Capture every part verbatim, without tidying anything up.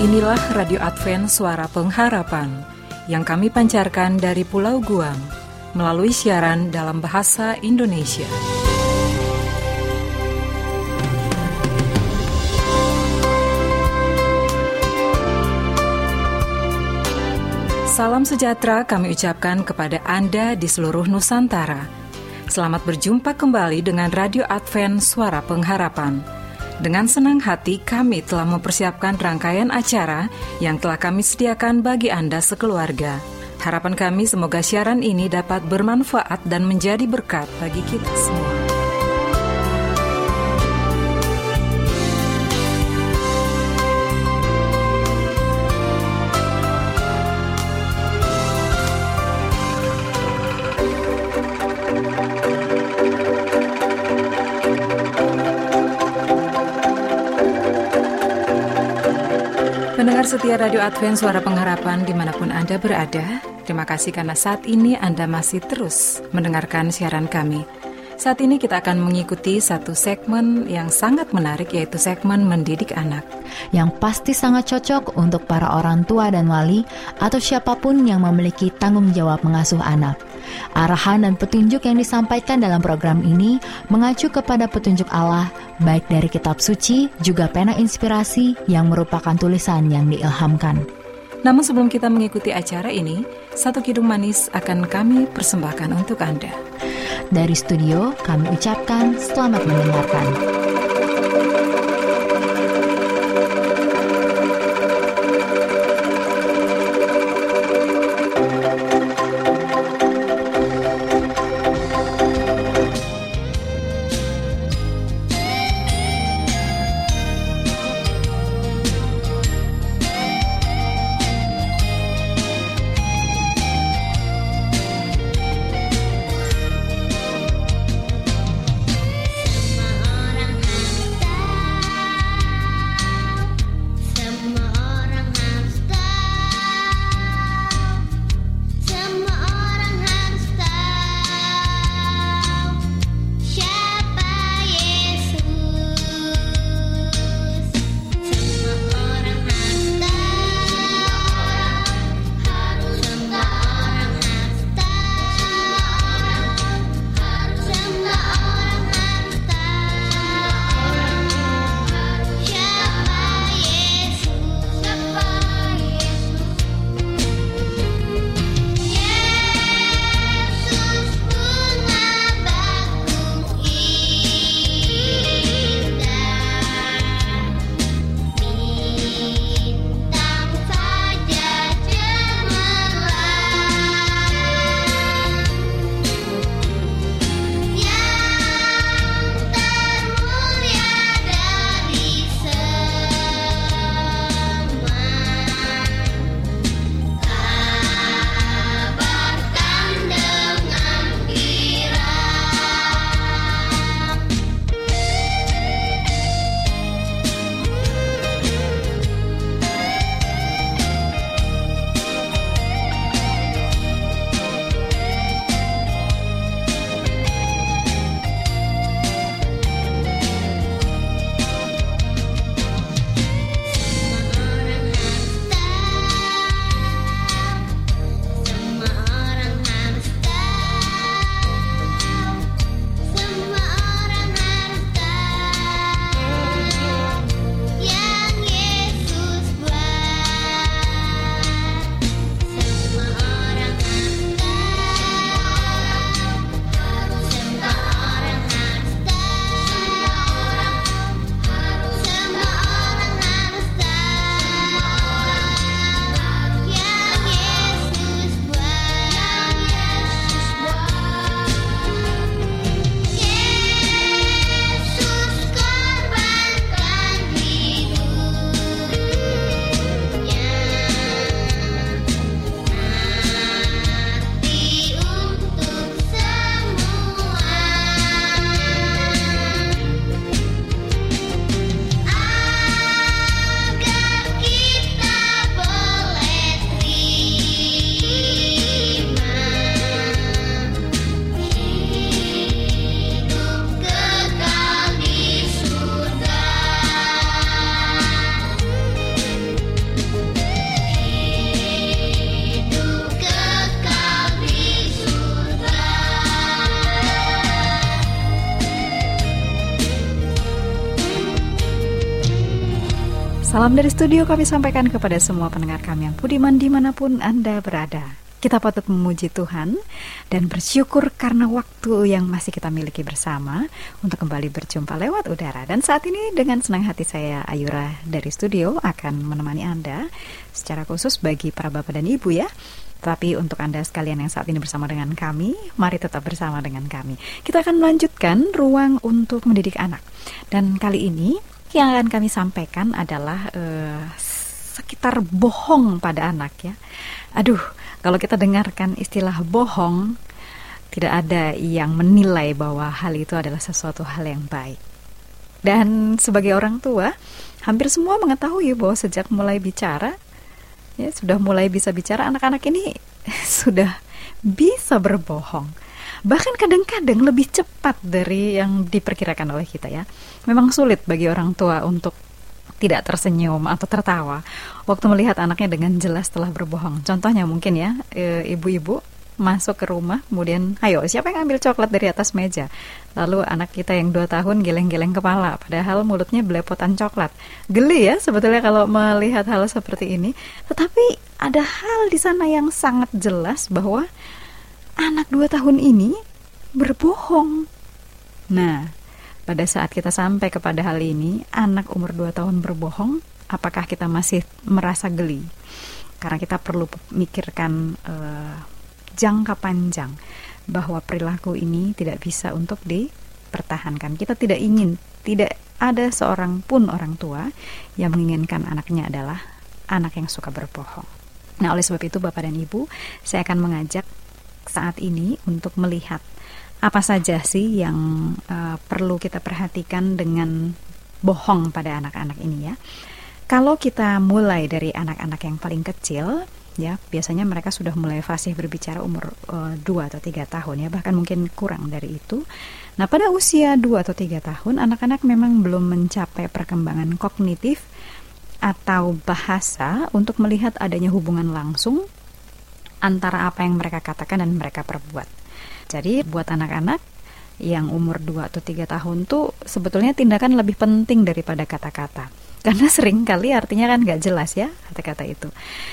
Inilah Radio Advent Suara Pengharapan yang kami pancarkan dari Pulau Guam melalui siaran dalam bahasa Indonesia. Salam sejahtera kami ucapkan kepada Anda di seluruh Nusantara. Selamat berjumpa kembali dengan Radio Advent Suara Pengharapan. Dengan senang hati kami telah mempersiapkan rangkaian acara yang telah kami sediakan bagi Anda sekeluarga. Harapan kami semoga siaran ini dapat bermanfaat dan menjadi berkat bagi kita semua. Pendengar setia Radio Advent Suara Pengharapan dimanapun Anda berada, terima kasih karena saat ini Anda masih terus mendengarkan siaran kami. Saat ini kita akan mengikuti satu segmen yang sangat menarik, yaitu segmen Mendidik Anak. Yang pasti sangat cocok untuk para orang tua dan wali atau siapapun yang memiliki tanggung jawab mengasuh anak. Arahan dan petunjuk yang disampaikan dalam program ini mengacu kepada petunjuk Allah, baik dari kitab suci, juga pena inspirasi yang merupakan tulisan yang diilhamkan. Namun sebelum kita mengikuti acara ini, satu kidung manis akan kami persembahkan untuk Anda. Dari studio, kami ucapkan selamat mendengarkan. Orang Salam dari studio kami sampaikan kepada semua pendengar kami yang budiman dimanapun Anda berada. Kita patut memuji Tuhan dan bersyukur karena waktu yang masih kita miliki bersama untuk kembali berjumpa lewat udara. Dan saat ini dengan senang hati saya, Ayura, dari studio akan menemani Anda secara khusus bagi para bapak dan ibu ya. Tapi untuk Anda sekalian yang saat ini bersama dengan kami, mari tetap bersama dengan kami. Kita akan melanjutkan ruang untuk mendidik anak. Dan kali ini yang akan kami sampaikan adalah uh, sekitar bohong pada anak ya. Aduh, kalau kita dengarkan istilah bohong, tidak ada yang menilai bahwa hal itu adalah sesuatu hal yang baik. Dan sebagai orang tua, hampir semua mengetahui bahwa sejak mulai bicara, ya sudah mulai bisa bicara, anak-anak ini sudah bisa berbohong. Bahkan kadang-kadang lebih cepat dari yang diperkirakan oleh kita ya. Memang sulit bagi orang tua untuk tidak tersenyum atau tertawa waktu melihat anaknya dengan jelas telah berbohong. Contohnya mungkin ya, e, ibu-ibu masuk ke rumah, kemudian ayo siapa yang ambil coklat dari atas meja. Lalu anak kita yang dua tahun geleng-geleng kepala, padahal mulutnya belepotan coklat. Geli ya sebetulnya kalau melihat hal seperti ini. Tetapi ada hal di sana yang sangat jelas bahwa anak dua tahun ini berbohong. Nah, pada saat kita sampai kepada hal ini, anak umur dua tahun berbohong, apakah kita masih merasa geli? Karena kita perlu memikirkan uh, jangka panjang bahwa perilaku ini tidak bisa untuk dipertahankan. Kita tidak ingin, tidak ada seorang pun orang tua yang menginginkan anaknya adalah anak yang suka berbohong. Nah, oleh sebab itu Bapak dan Ibu, saya akan mengajak saat ini untuk melihat apa saja sih yang uh, perlu kita perhatikan dengan bohong pada anak-anak ini ya. Kalau kita mulai dari anak-anak yang paling kecil ya, biasanya mereka sudah mulai fasih berbicara umur uh, dua atau tiga tahun ya, bahkan mungkin kurang dari itu. Nah, pada usia dua atau tiga tahun anak-anak memang belum mencapai perkembangan kognitif atau bahasa untuk melihat adanya hubungan langsung antara apa yang mereka katakan dan mereka perbuat. Jadi buat anak-anak yang umur dua atau tiga tahun tuh sebetulnya tindakan lebih penting daripada kata-kata. Karena sering kali artinya kan gak jelas ya kata-kata itu.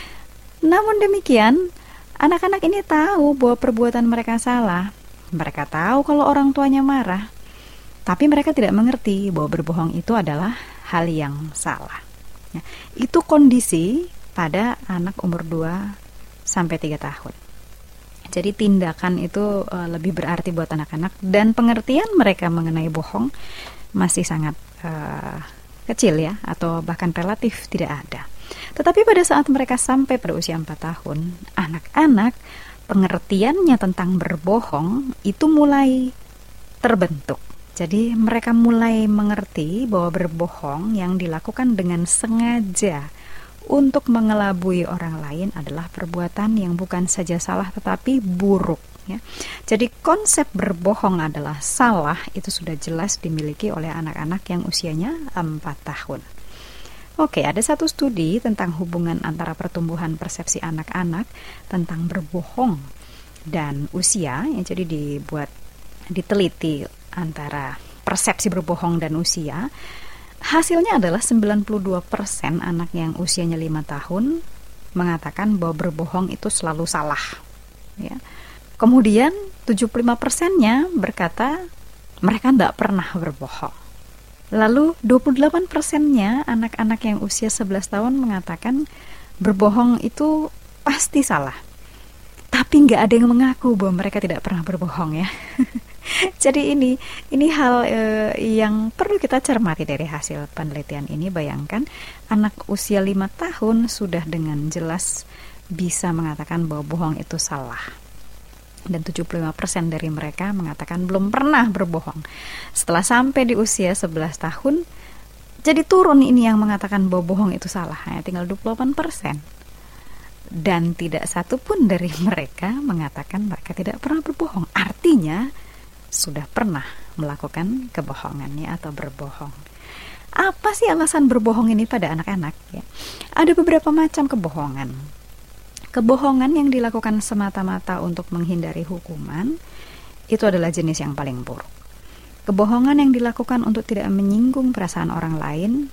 Namun demikian, anak-anak ini tahu bahwa perbuatan mereka salah. Mereka tahu kalau orang tuanya marah. Tapi mereka tidak mengerti bahwa berbohong itu adalah hal yang salah. Ya, itu kondisi pada anak umur dua sampai tiga tahun. Jadi tindakan itu uh, lebih berarti buat anak-anak dan pengertian mereka mengenai bohong masih sangat uh, kecil ya, atau bahkan relatif tidak ada. Tetapi pada saat mereka sampai pada usia empat tahun, anak-anak pengertiannya tentang berbohong itu mulai terbentuk. Jadi mereka mulai mengerti bahwa berbohong yang dilakukan dengan sengaja untuk mengelabui orang lain adalah perbuatan yang bukan saja salah tetapi buruk ya. Jadi konsep berbohong adalah salah itu sudah jelas dimiliki oleh anak-anak yang usianya empat tahun. Oke, ada satu studi tentang hubungan antara pertumbuhan persepsi anak-anak tentang berbohong dan usia ya, jadi dibuat diteliti antara persepsi berbohong dan usia. Hasilnya adalah sembilan puluh dua persen anak yang usianya lima tahun mengatakan bahwa berbohong itu selalu salah. Ya. Kemudian tujuh puluh lima persennya berkata mereka tidak pernah berbohong. Lalu dua puluh delapan persennya anak-anak yang usia sebelas tahun mengatakan berbohong itu pasti salah. Tapi nggak ada yang mengaku bahwa mereka tidak pernah berbohong ya. Jadi ini ini hal e, yang perlu kita cermati dari hasil penelitian ini. Bayangkan anak usia lima tahun sudah dengan jelas bisa mengatakan bahwa bohong itu salah. Dan tujuh puluh lima persen dari mereka mengatakan belum pernah berbohong. Setelah sampai di usia sebelas tahun, jadi turun ini yang mengatakan bahwa bohong itu salah. Hanya tinggal dua puluh delapan persen. Dan tidak satu pun dari mereka mengatakan mereka tidak pernah berbohong. Artinya sudah pernah melakukan kebohongannya atau berbohong. Apa sih alasan berbohong ini pada anak-anak? Ya, ada beberapa macam kebohongan. Kebohongan yang dilakukan semata-mata untuk menghindari hukuman itu adalah jenis yang paling buruk. Kebohongan yang dilakukan untuk tidak menyinggung perasaan orang lain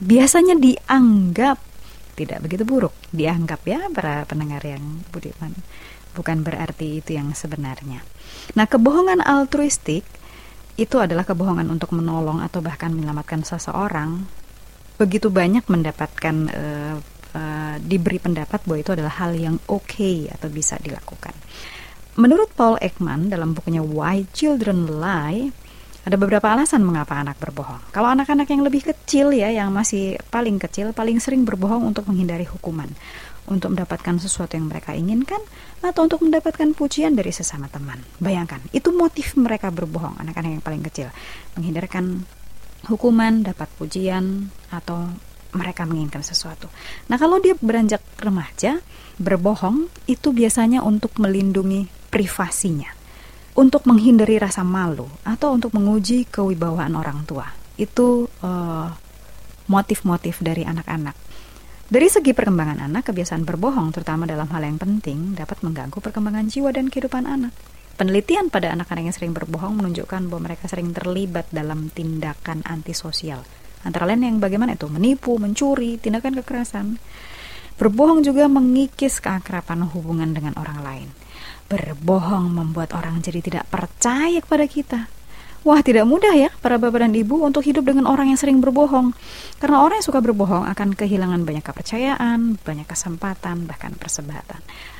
biasanya dianggap tidak begitu buruk. Dianggap ya para pendengar yang budiman. Bukan berarti itu yang sebenarnya. Nah, kebohongan altruistik itu adalah kebohongan untuk menolong atau bahkan menyelamatkan seseorang. Begitu banyak mendapatkan uh, uh, diberi pendapat bahwa itu adalah hal yang oke okay atau bisa dilakukan. Menurut Paul Ekman dalam bukunya Why Children Lie, ada beberapa alasan mengapa anak berbohong. Kalau anak-anak yang lebih kecil ya, yang masih paling kecil, paling sering berbohong untuk menghindari hukuman, untuk mendapatkan sesuatu yang mereka inginkan, atau untuk mendapatkan pujian dari sesama teman. Bayangkan, itu motif mereka berbohong, anak-anak yang paling kecil. Menghindarkan hukuman, dapat pujian, atau mereka menginginkan sesuatu. Nah, kalau dia beranjak remaja, berbohong itu biasanya untuk melindungi privasinya, untuk menghindari rasa malu, atau untuk menguji kewibawaan orang tua. Itu uh, motif-motif dari anak-anak. Dari segi perkembangan anak, kebiasaan berbohong, terutama dalam hal yang penting, dapat mengganggu perkembangan jiwa dan kehidupan anak. Penelitian pada anak-anak yang sering berbohong menunjukkan bahwa mereka sering terlibat dalam tindakan antisosial. Antara lain yang bagaimana itu? Menipu, mencuri, tindakan kekerasan. Berbohong juga mengikis keakraban hubungan dengan orang lain. Berbohong membuat orang jadi tidak percaya kepada kita. Wah, tidak mudah ya para bapak dan ibu untuk hidup dengan orang yang sering berbohong. Karena orang yang suka berbohong akan kehilangan banyak kepercayaan, banyak kesempatan, bahkan persahabatan.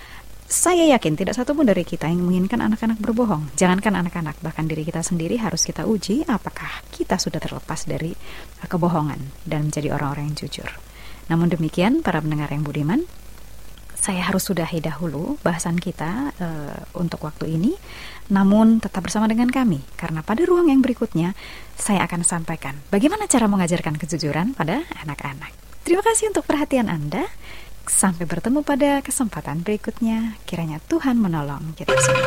Saya yakin tidak satu pun dari kita yang menginginkan anak-anak berbohong. Jangankan anak-anak, bahkan diri kita sendiri harus kita uji apakah kita sudah terlepas dari kebohongan dan menjadi orang-orang yang jujur. Namun demikian, para pendengar yang budiman, saya harus sudahi dahulu bahasan kita uh, untuk waktu ini. Namun tetap bersama dengan kami, karena pada ruang yang berikutnya saya akan sampaikan bagaimana cara mengajarkan kejujuran pada anak-anak. Terima kasih untuk perhatian Anda. Sampai bertemu pada kesempatan berikutnya. Kiranya Tuhan menolong kita semua.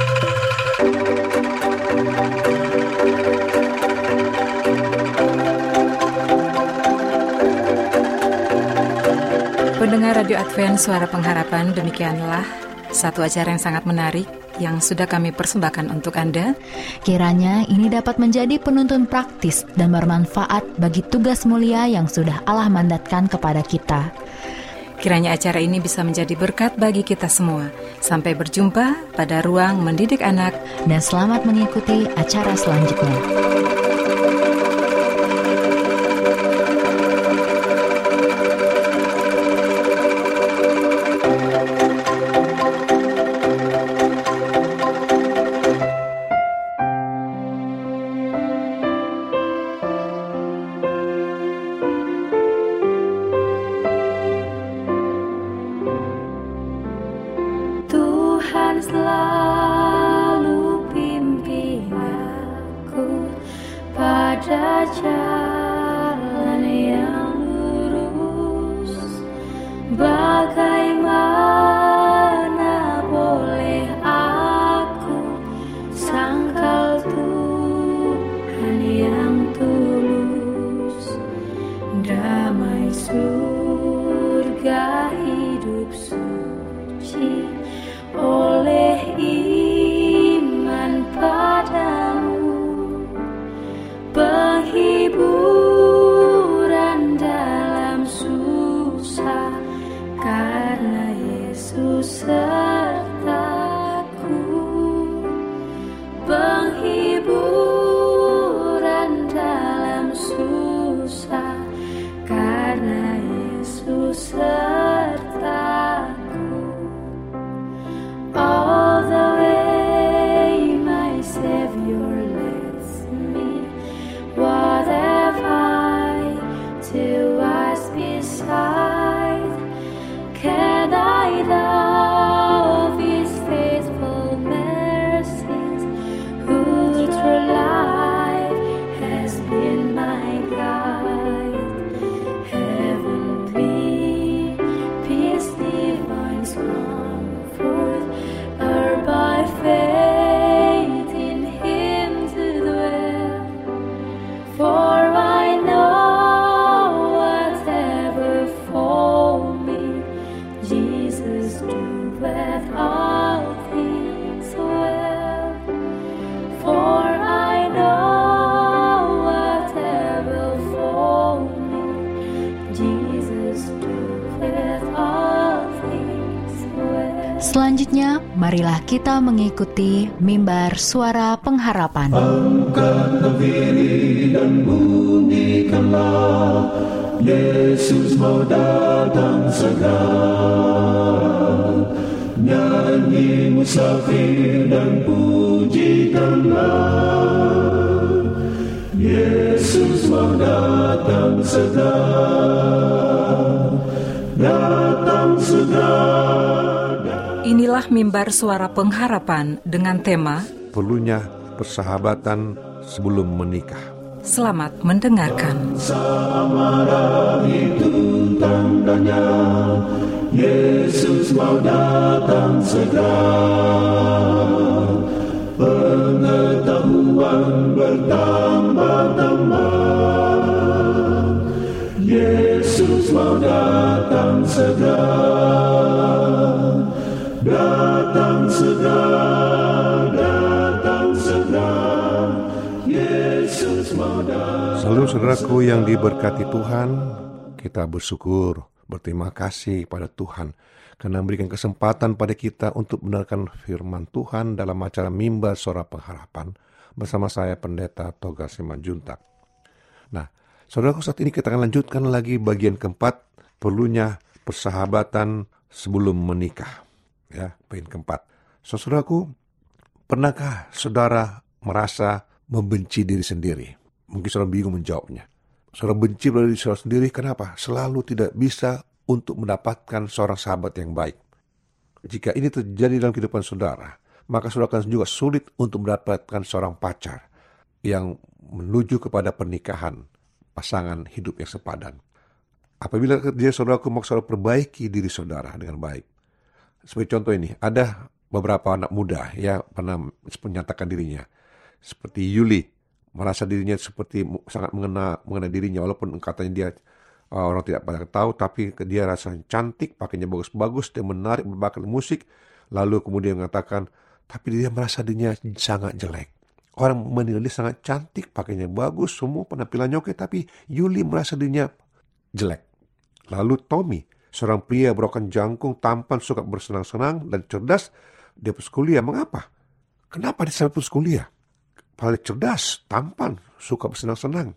Pendengar Radio Advent Suara Pengharapan, demikianlah satu acara yang sangat menarik yang sudah kami persembahkan untuk Anda. Kiranya ini dapat menjadi penuntun praktis dan bermanfaat bagi tugas mulia yang sudah Allah mandatkan kepada kita. Kiranya acara ini bisa menjadi berkat bagi kita semua. Sampai berjumpa pada ruang mendidik anak, dan selamat mengikuti acara selanjutnya. Selalu pimpin aku Selanjutnya, marilah kita mengikuti mimbar suara pengharapan. Angkat diri dan bunyikanlah, Yesus mau datang segera. Nyanyi musafir dan pujikanlah, Yesus mau datang segera. Datang segera. Inilah mimbar suara pengharapan dengan tema Perlunya persahabatan sebelum menikah. Selamat mendengarkan. Amarah itu tandanya, Yesus mau datang segera. Pengetahuan bertambah-tambah, Yesus mau datang segera. Datang segera, datang segera, Yesus mau datang. Seluruh saudaraku yang diberkati Tuhan, kita bersyukur, berterima kasih pada Tuhan karena memberikan kesempatan pada kita untuk mendengarkan firman Tuhan dalam acara Mimbar Suara Pengharapan bersama saya Pendeta Toga Simanjuntak. Nah, saudaraku, saat ini kita akan lanjutkan lagi bagian keempat, perlunya persahabatan sebelum menikah. Ya, poin keempat. Saudaraku, pernahkah saudara merasa membenci diri sendiri? Mungkin saudara bingung menjawabnya. Saudara benci pada diri saudara sendiri, kenapa? Selalu tidak bisa untuk mendapatkan seorang sahabat yang baik. Jika ini terjadi dalam kehidupan saudara, maka saudara akan juga sulit untuk mendapatkan seorang pacar yang menuju kepada pernikahan, pasangan hidup yang sepadan. Apabila dia saudaraku mau saudara perbaiki diri saudara dengan baik. Sebagai contoh ini, ada beberapa anak muda yang pernah menyatakan dirinya. Seperti Yuli, merasa dirinya seperti sangat mengenal, mengenal dirinya, walaupun katanya dia uh, orang tidak banyak tahu, tapi dia rasa cantik, pakainya bagus-bagus, dia menarik, berbakat musik, lalu kemudian mengatakan, tapi dia merasa dirinya sangat jelek. Orang menilai dia sangat cantik, pakainya bagus, semua penampilannya oke, tapi Yuli merasa dirinya jelek. Lalu Tommy, seorang pria berokan jangkung, tampan, suka bersenang-senang dan cerdas, dia putus kuliah. Mengapa? Kenapa dia sampai putus kuliah? Paling cerdas, tampan, suka bersenang-senang.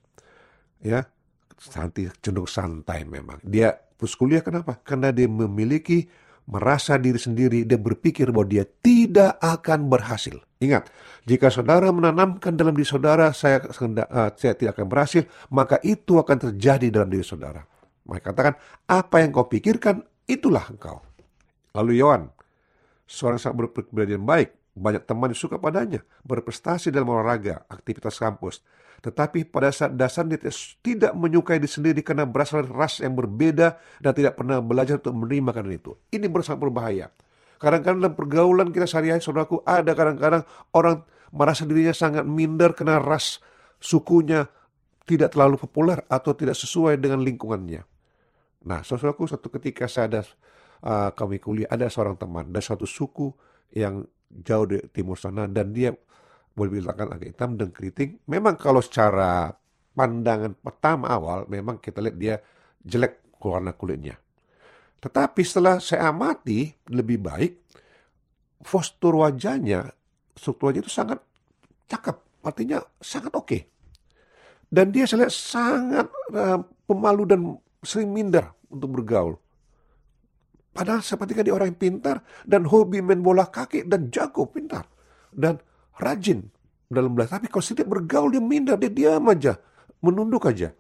Ya, santai, cenderung santai memang. Dia putus kuliah kenapa? Karena dia memiliki, merasa diri sendiri, dia berpikir bahwa dia tidak akan berhasil. Ingat, jika saudara menanamkan dalam diri saudara, saya, uh, saya tidak akan berhasil, maka itu akan terjadi dalam diri saudara. Mereka katakan, apa yang kau pikirkan, itulah engkau. Lalu Yohan, seorang sangat berkepribadian baik, banyak teman yang suka padanya, berprestasi dalam olahraga, aktivitas kampus. Tetapi pada saat dasarnya dia tidak menyukai diri sendiri karena berasal dari ras yang berbeda dan tidak pernah belajar untuk menerima karena itu. Ini sangat berbahaya. Kadang-kadang dalam pergaulan kita sehari-hari, saudaraku, ada kadang-kadang orang merasa dirinya sangat minder karena ras sukunya tidak terlalu populer atau tidak sesuai dengan lingkungannya. Nah, saudaraku, satu ketika saya ada uh, kami kuliah, ada seorang teman dari suatu suku yang jauh di timur sana, dan dia boleh bilangkan agak hitam dan keriting. Memang kalau secara pandangan pertama awal, memang kita lihat dia jelek warna kulitnya. Tetapi setelah saya amati lebih baik, postur wajahnya, struktur wajah itu sangat cakep, artinya sangat oke. Okay. Dan dia saya lihat sangat uh, pemalu dan sering minder untuk bergaul. Padahal sepertinya dia orang yang pintar dan hobi main bola kaki dan jago, pintar dan rajin dalam belajar. Tapi kalau setiap bergaul dia minder, dia diam aja, menunduk aja.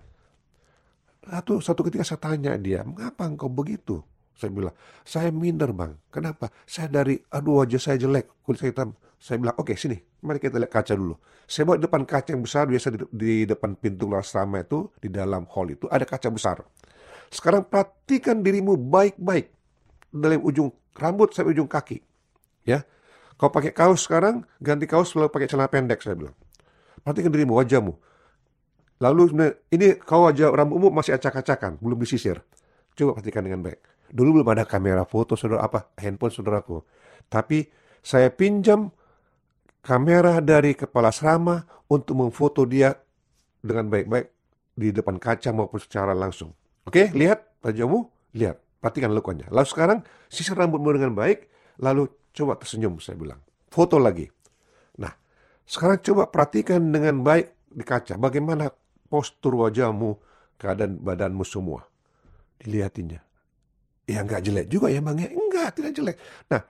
Satu, satu ketika saya tanya dia, mengapa engkau begitu? Saya bilang, saya minder bang. Kenapa? Saya dari, aduh wajah saya jelek, kulit saya hitam. Saya bilang, oke okay, sini, mari kita lihat kaca dulu. Saya bawa di depan kaca yang besar, biasa di, di depan pintu asrama itu, di dalam hall itu, ada kaca besar. Sekarang perhatikan dirimu baik-baik. Dari ujung rambut sampai ujung kaki. Ya, kau pakai kaos sekarang, ganti kaos lalu pakai celana pendek, saya bilang. Perhatikan dirimu, wajahmu. Lalu ini kau wajah rambutmu masih acak-acakan, belum disisir. Coba perhatikan dengan baik. Dulu belum ada kamera foto, saudara, apa handphone saudaraku. Tapi saya pinjam kamera dari kepala asrama untuk memfoto dia dengan baik-baik di depan kaca maupun secara langsung. Oke, lihat wajahmu, lihat. Perhatikan lekuannya. Lalu sekarang sisir rambutmu dengan baik. Lalu coba tersenyum, saya bilang. Foto lagi. Nah, sekarang coba perhatikan dengan baik di kaca. Bagaimana postur wajahmu, keadaan badanmu semua. Dilihatinnya. Ya nggak jelek juga ya Bang ya. Enggak, tidak jelek. Nah,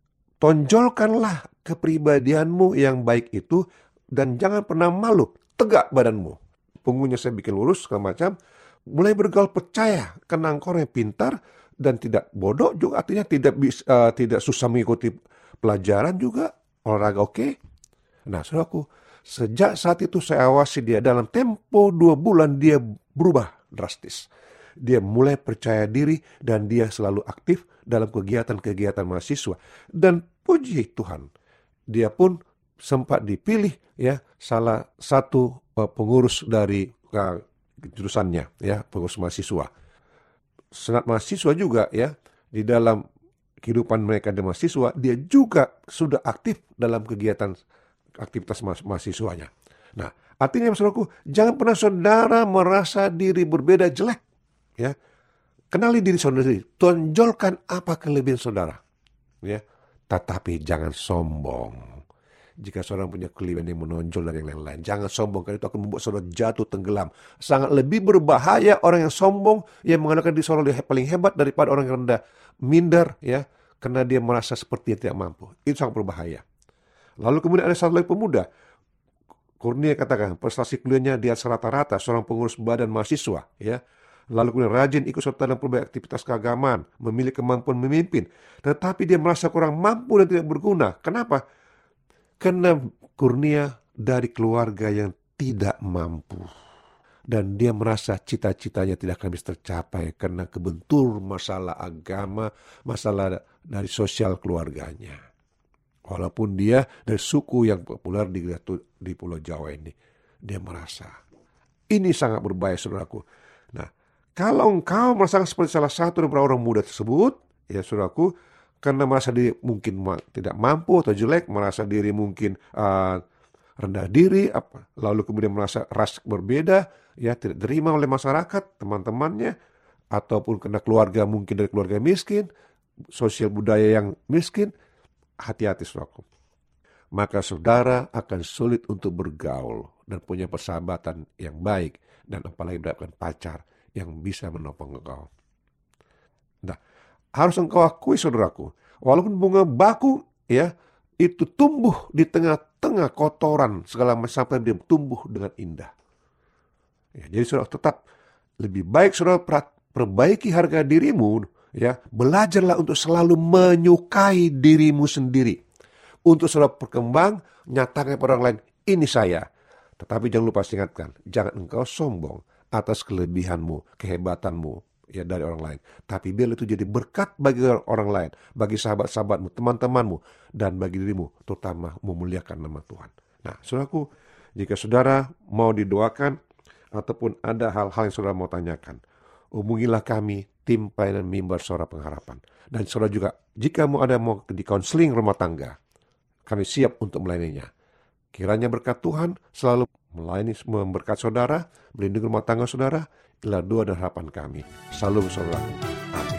tonjolkanlah kepribadianmu yang baik itu dan jangan pernah malu. Tegak badanmu. Punggungnya saya bikin lurus segala macam. Mulai bergaul percaya karena engkau yang pintar dan tidak bodoh juga, artinya tidak bisa, uh, tidak susah mengikuti pelajaran juga, olahraga oke. Okay. Nah, saudaraku, sejak saat itu saya awasi dia dalam tempo dua bulan dia berubah drastis. Dia mulai percaya diri dan dia selalu aktif dalam kegiatan-kegiatan mahasiswa. Dan puji Tuhan, dia pun sempat dipilih ya salah satu uh, pengurus dari uh, jurusannya, ya, pengurus mahasiswa. Senat mahasiswa juga ya, di dalam kehidupan mereka di mahasiswa, dia juga sudah aktif dalam kegiatan aktivitas ma- mahasiswanya. Nah, artinya saudaraku, jangan pernah saudara merasa diri berbeda jelek, ya. Kenali diri saudara sendiri, tonjolkan apa kelebihan saudara, ya. Tetapi jangan sombong. Jika seorang punya kelebihan yang menonjol dari yang lain-lain, jangan sombong, karena itu akan membuat saudara jatuh tenggelam. Sangat lebih berbahaya orang yang sombong, yang mengandalkan diri seorang paling hebat daripada orang yang rendah, minder, ya, karena dia merasa seperti yang tidak mampu. Itu sangat berbahaya. Lalu kemudian ada satu lagi pemuda, Kurnia katakan, prestasi kuliahnya di atas rata-rata, seorang pengurus badan mahasiswa, ya. Lalu kemudian rajin ikut serta dalam berbagai aktivitas keagamaan, memiliki kemampuan memimpin, tetapi dia merasa kurang mampu dan tidak berguna. Kenapa? Karena Kurnia dari keluarga yang tidak mampu. Dan dia merasa cita-citanya tidak akan bisa tercapai karena kebentur masalah agama, masalah dari sosial keluarganya. Walaupun dia dari suku yang populer di, di Pulau Jawa ini. Dia merasa. Ini sangat berbahaya, saudaraku. Nah, kalau engkau merasakan seperti salah satu dari orang muda tersebut, ya saudaraku, karena merasa diri mungkin tidak mampu atau jelek, merasa diri mungkin uh, rendah diri, apa, lalu kemudian merasa ras berbeda, ya tidak terima oleh masyarakat, teman-temannya, ataupun karena keluarga mungkin dari keluarga miskin, sosial budaya yang miskin, hati-hati saudaraku. Maka saudara akan sulit untuk bergaul dan punya persahabatan yang baik, dan apalagi mendapatkan pacar yang bisa menopang engkau. Nah, harus engkau akui saudaraku, walaupun bunga baku ya itu tumbuh di tengah-tengah kotoran segala macam sampai dia tumbuh dengan indah. Ya, jadi saudara tetap lebih baik saudara perbaiki harga dirimu, ya, belajarlah untuk selalu menyukai dirimu sendiri. Untuk saudara berkembang, nyatakan kepada orang lain, ini saya. Tetapi jangan lupa ingatkan, jangan engkau sombong atas kelebihanmu, kehebatanmu, ya, dari orang lain. Tapi biar itu jadi berkat bagi orang lain, bagi sahabat-sahabatmu, teman-temanmu, dan bagi dirimu, terutama memuliakan nama Tuhan. Nah, saudaraku, jika saudara mau didoakan, ataupun ada hal-hal yang saudara mau tanyakan, hubungilah kami, tim pelayanan Mimbar Suara Pengharapan. Dan saudara juga, jika mau ada mau di konseling rumah tangga, kami siap untuk melayaninya. Kiranya berkat Tuhan selalu melayani, memberkat saudara, melindungi rumah tangga saudara. Inilah doa dan harapan kami. Salam saudara. Amin.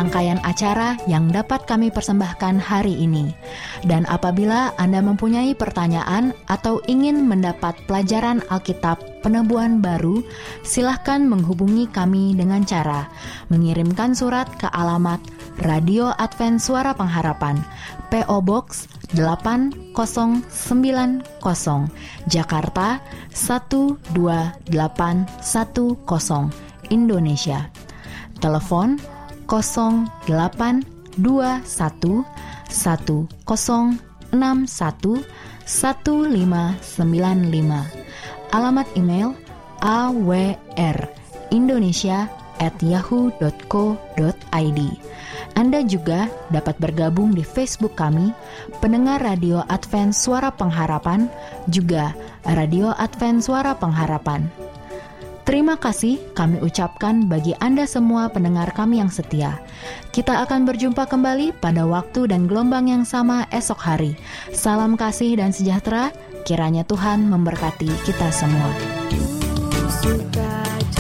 rangkaian acara yang dapat kami persembahkan hari ini. Dan apabila Anda mempunyai pertanyaan atau ingin mendapat pelajaran Alkitab Penebuan Baru, silahkan menghubungi kami dengan cara mengirimkan surat ke alamat Radio Advent Suara Pengharapan, P O Box delapan nol sembilan nol, Jakarta satu dua delapan satu nol, Indonesia. Telepon nol delapan dua satu satu nol enam satu satu lima sembilan lima. Alamat email a w r indonesia at yahoo dot co dot i d. Anda juga dapat bergabung di Facebook kami, Pendengar Radio Advent Suara Pengharapan, juga Radio Advent Suara Pengharapan. Terima kasih kami ucapkan bagi Anda semua pendengar kami yang setia. Kita akan berjumpa kembali pada waktu dan gelombang yang sama esok hari. Salam kasih dan sejahtera, kiranya Tuhan memberkati kita semua. Suka